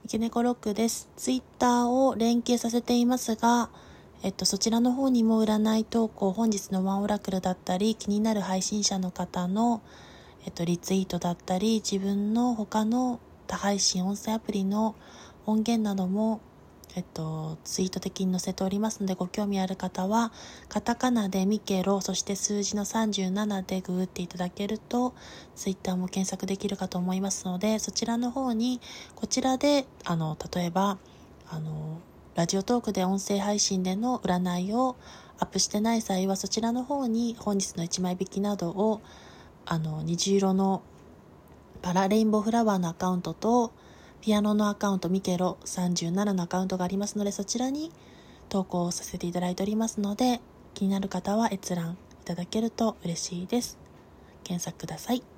三毛猫ロックです。ツイッターを連携させていますが、そちらの方にも占い投稿、本日のワンオラクルだったり、気になる配信者の方の、リツイートだったり、自分の他の他配信音声アプリの音源なども、ツイート的に載せておりますので、ご興味ある方はカタカナでミケロ、そして数字の37でググっていただけるとツイッターも検索できるかと思いますので、そちらの方にこちらで例えばラジオトークで音声配信での占いをアップしてない際は、そちらの方に本日の1枚引きなどを虹色のパラレインボーフラワーのアカウントとピアノのアカウントミケロ37のアカウントがありますので、そちらに投稿させていただいておりますので、気になる方は閲覧いただけると嬉しいです。検索ください。